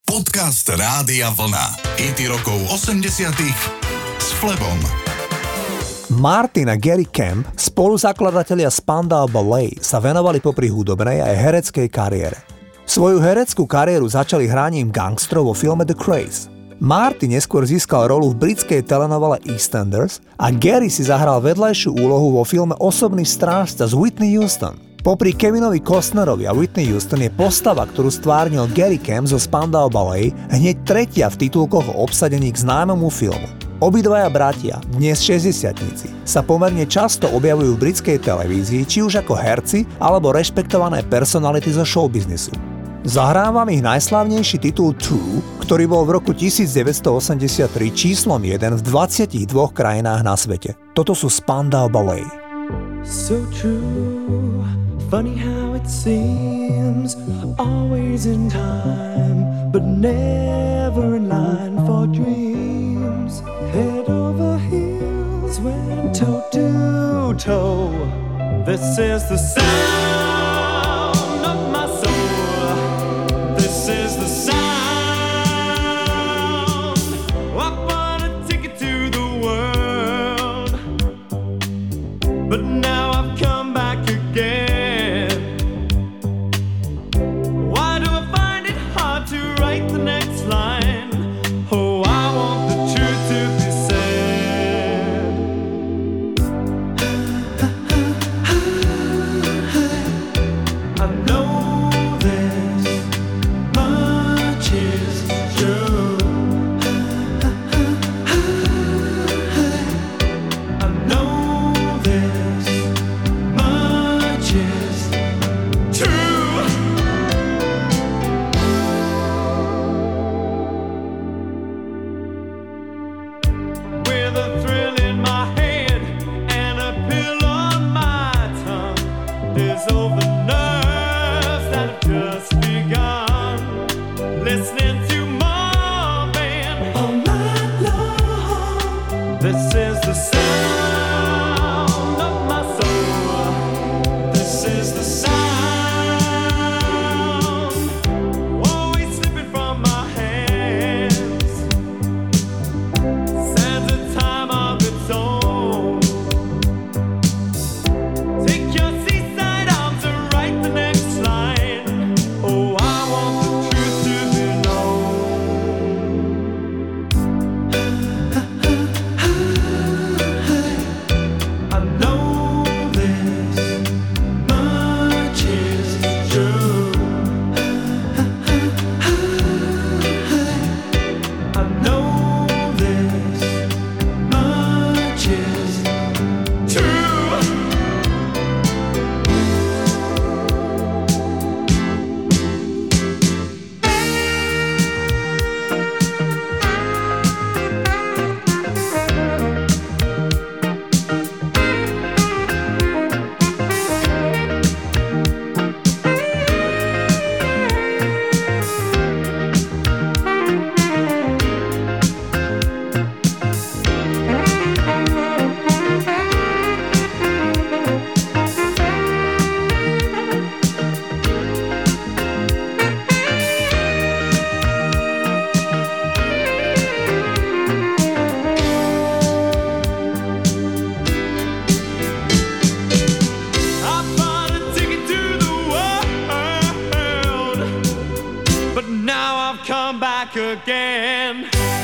Podcast Rádia Vlna. Hity rokov 80-tych s Flebom. Martin a Gary Kemp, spoluzakladatelia Spandau Ballet, sa venovali popri hudobnej aj hereckej kariére. Svoju hereckú kariéru začali hraním gangstrov vo filme The Craze. Martin neskôr získal rolu v britskej telenovele EastEnders a Gary si zahral vedľajšiu úlohu vo filme Osobný strážca s Whitney Houston. Popri Kevinovi Costnerovi a Whitney Houston je postava, ktorú stvárnil Gary Kemp zo Spandau Ballet, hneď tretia v titulkoch o obsadení k známemu filmu. Obidvaja bratia, dnes 60-tníci, sa pomerne často objavujú v britskej televízii, či už ako herci alebo rešpektované personality zo showbiznisu. Zahrávam ich najslávnejší titul True, ktorý bol v roku 1983 číslom 1 v 22 krajinách na svete. Toto sú Spandau Ballet. So true, funny how it seems, always in time, but never in line for dreams. Head over heels, went toe to toe. This is the sound of my soul. This is the sound. I bought a ticket to the world, but now I've come back again. Why do I find it hard to write the next line? Oh, I want the truth to be said. I know this much is true. I know this much is true. With a thrill in my head and a pill on my tongue, there's over nerves that have just begun. Listening to Marvin all night long. This is the sound of my soul. This is the sound. Always slipping from my hands. Sands a time of its own. Take your seaside arms and write the next line. Oh, I want the truth to be known. I know this much is true. I know this much is true. I bought a ticket to the world, but now I've come back again.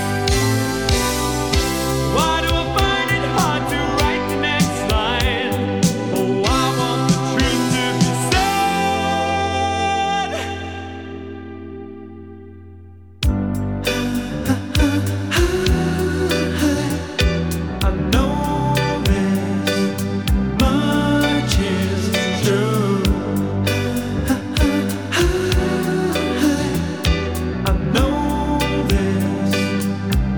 Why do I find it hard to write the next line? Oh, I want the truth to be said. I know this much is true. I know this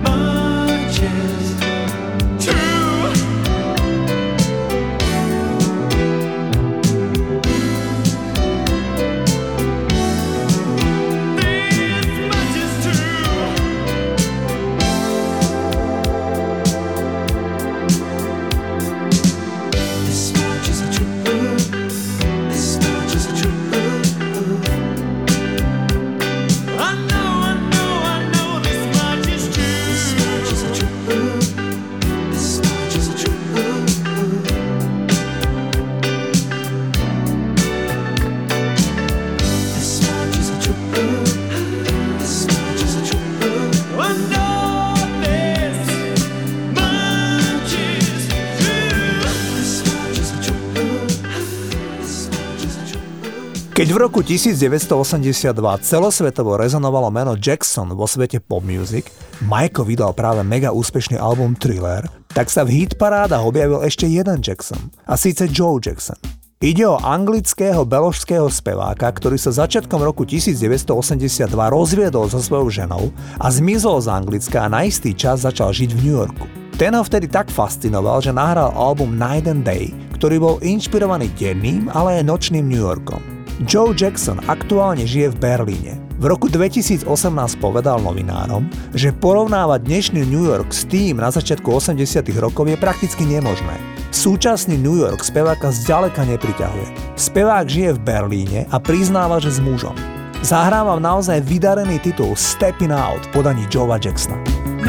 Keď v roku 1982 celosvetovo rezonovalo meno Jackson vo svete pop music, Majko vydal práve mega úspešný album Thriller, tak sa v hitparádach objavil ešte jeden Jackson, a síce Joe Jackson. Ide o anglického beložského speváka, ktorý sa začiatkom roku 1982 rozviedol so svojou ženou a zmizol z Anglicka a na istý čas začal žiť v New Yorku. Ten ho vtedy tak fascinoval, že nahral album Night and Day, ktorý bol inšpirovaný denným, ale aj nočným New Yorkom. Joe Jackson aktuálne žije v Berlíne. V roku 2018 povedal novinárom, že porovnávať dnešný New York s tým na začiatku 80. rokov je prakticky nemožné. Súčasný New York speváka zďaleka nepriťahuje. Spevák žije v Berlíne a priznáva, že s mužom. Zahrávam naozaj vydarený titul Stepping Out v podaní Joea Jacksona.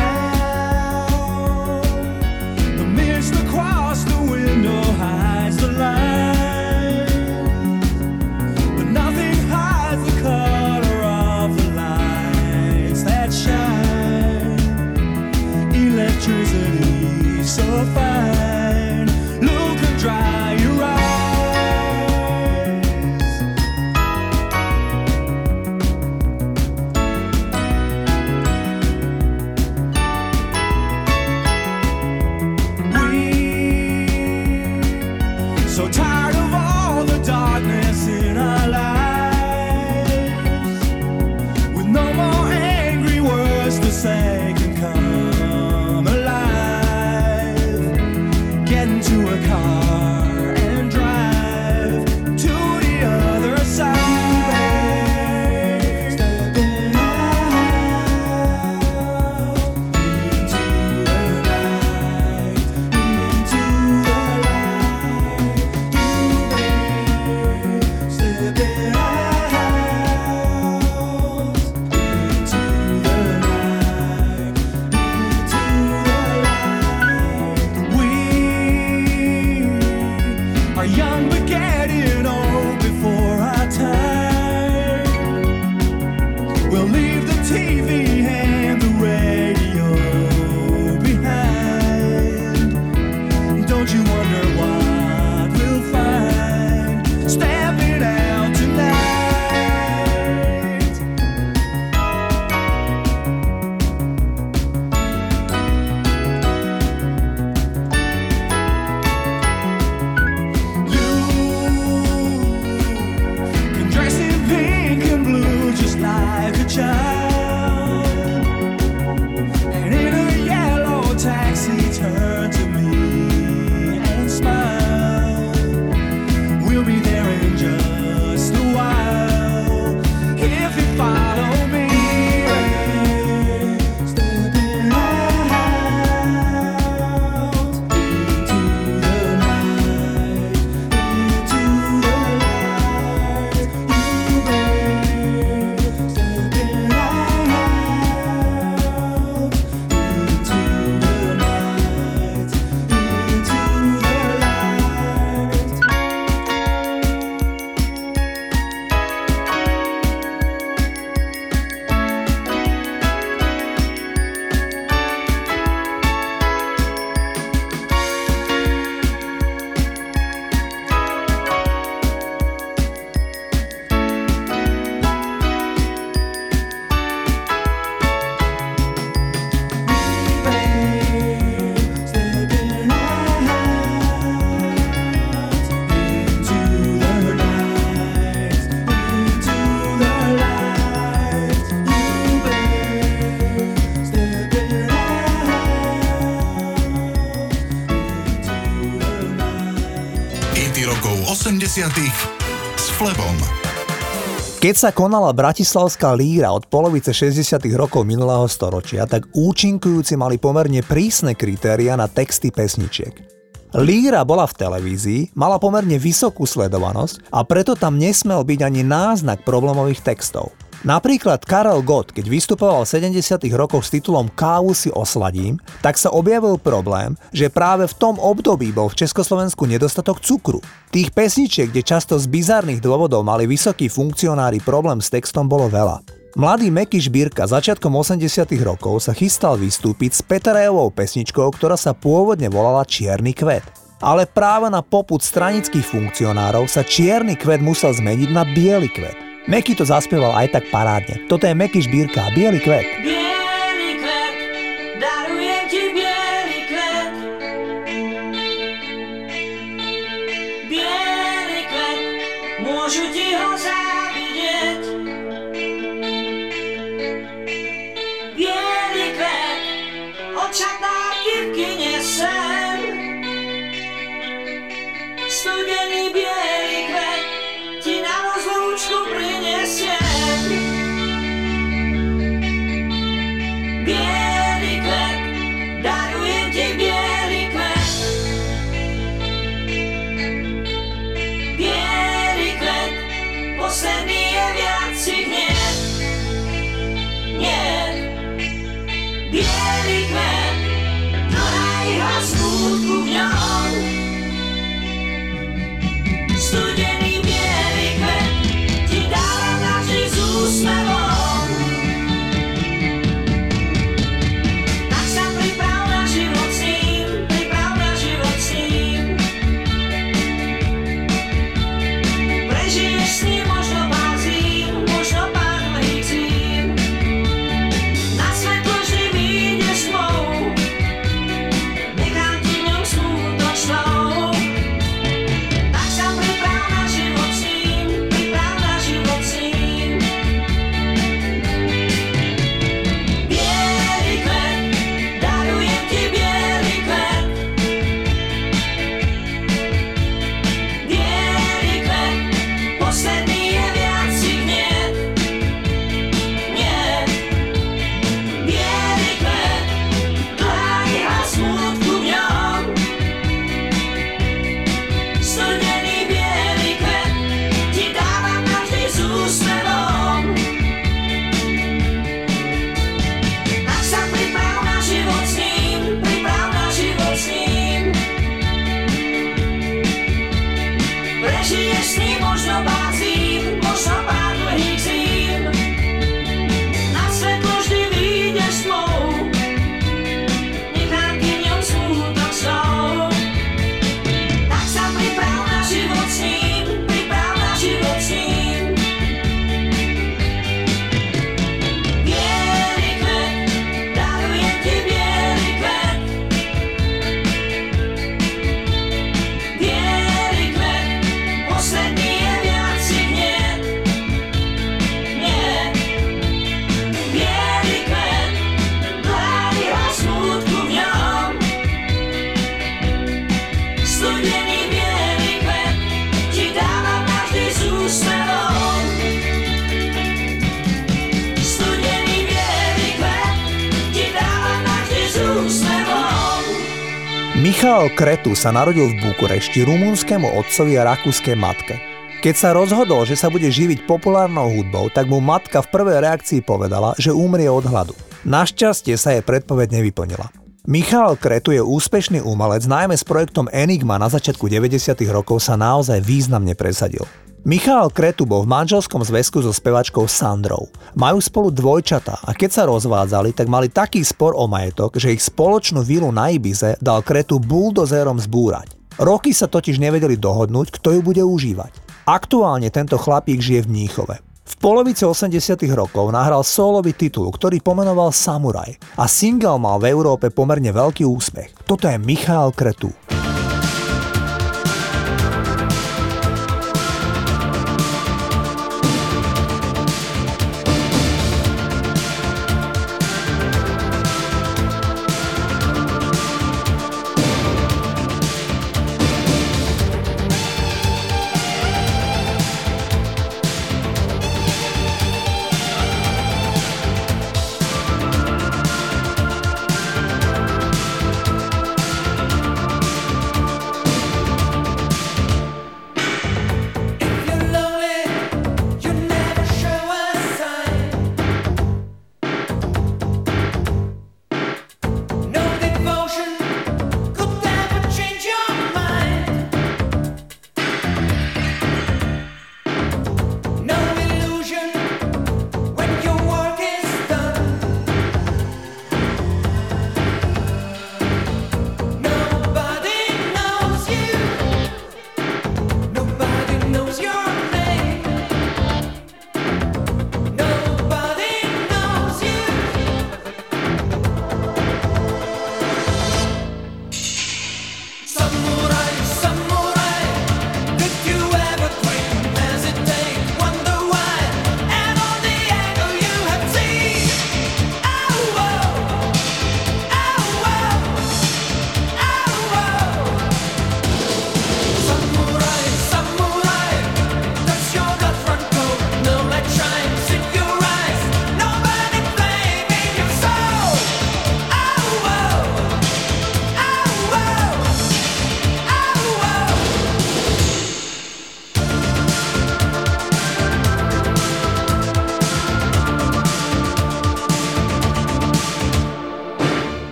So fine, look and dry your eyes. We so tired of all the darkness in our lives, with no more angry words to say can come. To a car and drive to the other side. Stepping out into the light, into the light. Stepping out into the night, into the light. Are young but getting old before our time. We'll leave the TV and the radio behind. Don't you wonder what we'll find stepping out tonight? Like a child, and in a yellow taxi turn to me and smile. We'll be there in just a while if you follow me. Stepping out into the night, into the light. Rokov 80. s Flebom. Keď sa konala Bratislavská líra od polovice 60. rokov minulého storočia, tak účinkujúci mali pomerne prísne kritériá na texty pesničiek. Líra bola v televízii, mala pomerne vysokú sledovanosť a preto tam nesmel byť ani náznak problémových textov. Napríklad Karel Gott, keď vystupoval v 70. rokoch s titulom Kávu si osladím, tak sa objavil problém, že práve v tom období bol v Československu nedostatok cukru. Tých pesničiek, kde často z bizarných dôvodov mali vysokí funkcionári problém s textom, bolo veľa. Mladý Meky Žbírka začiatkom 80. rokov sa chystal vystúpiť s Peterajovou pesničkou, ktorá sa pôvodne volala Čierny kvet. Ale práve na popud stranických funkcionárov sa čierny kvet musel zmeniť na biely kvet. Meky to zaspieval aj tak parádne. Toto je Meky Šbírka a Biely kvet. Biely kvet, darujem ti biely kvet. Biely kvet, môžu ti ho závidieť. Biely kvet, očatá kývky nesem. Studený biely kvet, ti na rozlúčku prinesiem. Biely kvet, darujem ti biely kvet. Biely kvet, posledný je viac si hneď. Nie, biely kvet, dlhá iha smútku v ňom. Studený biely kvet, ti dávam navždy s úsmevom. Tak sa priprav na život s ním, priprav na život s ním. Prežiješ s ním možno pár zím, možno pár dlhých zím. Na svetlo vždy vyjdeš tmou, nechám ti v ňom smútočnou. Tak sa priprav na život s ním, priprav na život s ním. Biely kvet, darujem ti biely kvet. Biely kvet, posledný je viac si hneď. Nie, biely kvet, dlhá iha smútku v ňom. Studený biely kvet, ti dávam navždy s úsmevom. Tak sa priprav na život s ním, priprav na život s ním. Prežiješ s ním možno pár zím, možno pár dlhých zím. Na svetlo vždy vyjdeš tmou, nechám ti v ňom smútočnou. Tak sa priprav na život s ním, priprav na život s ním. Biely kvet, darujem ti biely kvet. Biely kvet, posledný je viac si hneď. Nie, biely kvet, dlhá iha smútku v ňom. Studený biely kvet, ti dávam navždy s úsmevom. Studený biely kvet, ti dávam navždy s úsmevom. Michal Cretu sa narodil v Bukurešti rumunskému otcovi a rakúskej matke. Keď sa rozhodol, že sa bude živiť populárnou hudbou, tak mu matka v prvej reakcii povedala, že umrie od hladu. Našťastie sa jej predpoveď nevyplnila. Michal Cretu je úspešný umelec, najmä s projektom Enigma na začiatku 90. rokov sa naozaj významne presadil. Michal Cretu bol v manželskom zväzku so spevačkou Sandrou. Majú spolu dvojčatá a keď sa rozvádzali, tak mali taký spor o majetok, že ich spoločnú vilu na Ibize dal Cretu buldozérom zbúrať. Roky sa totiž nevedeli dohodnúť, kto ju bude užívať. Aktuálne tento chlapík žije v Mníchove. V polovici 80. rokov nahral sólový titul, ktorý pomenoval Samuraj a single mal v Európe pomerne veľký úspech. Toto je Michal Cretu.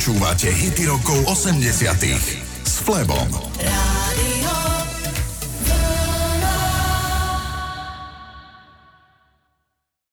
Počúvate hity rokov 80 s Flebom.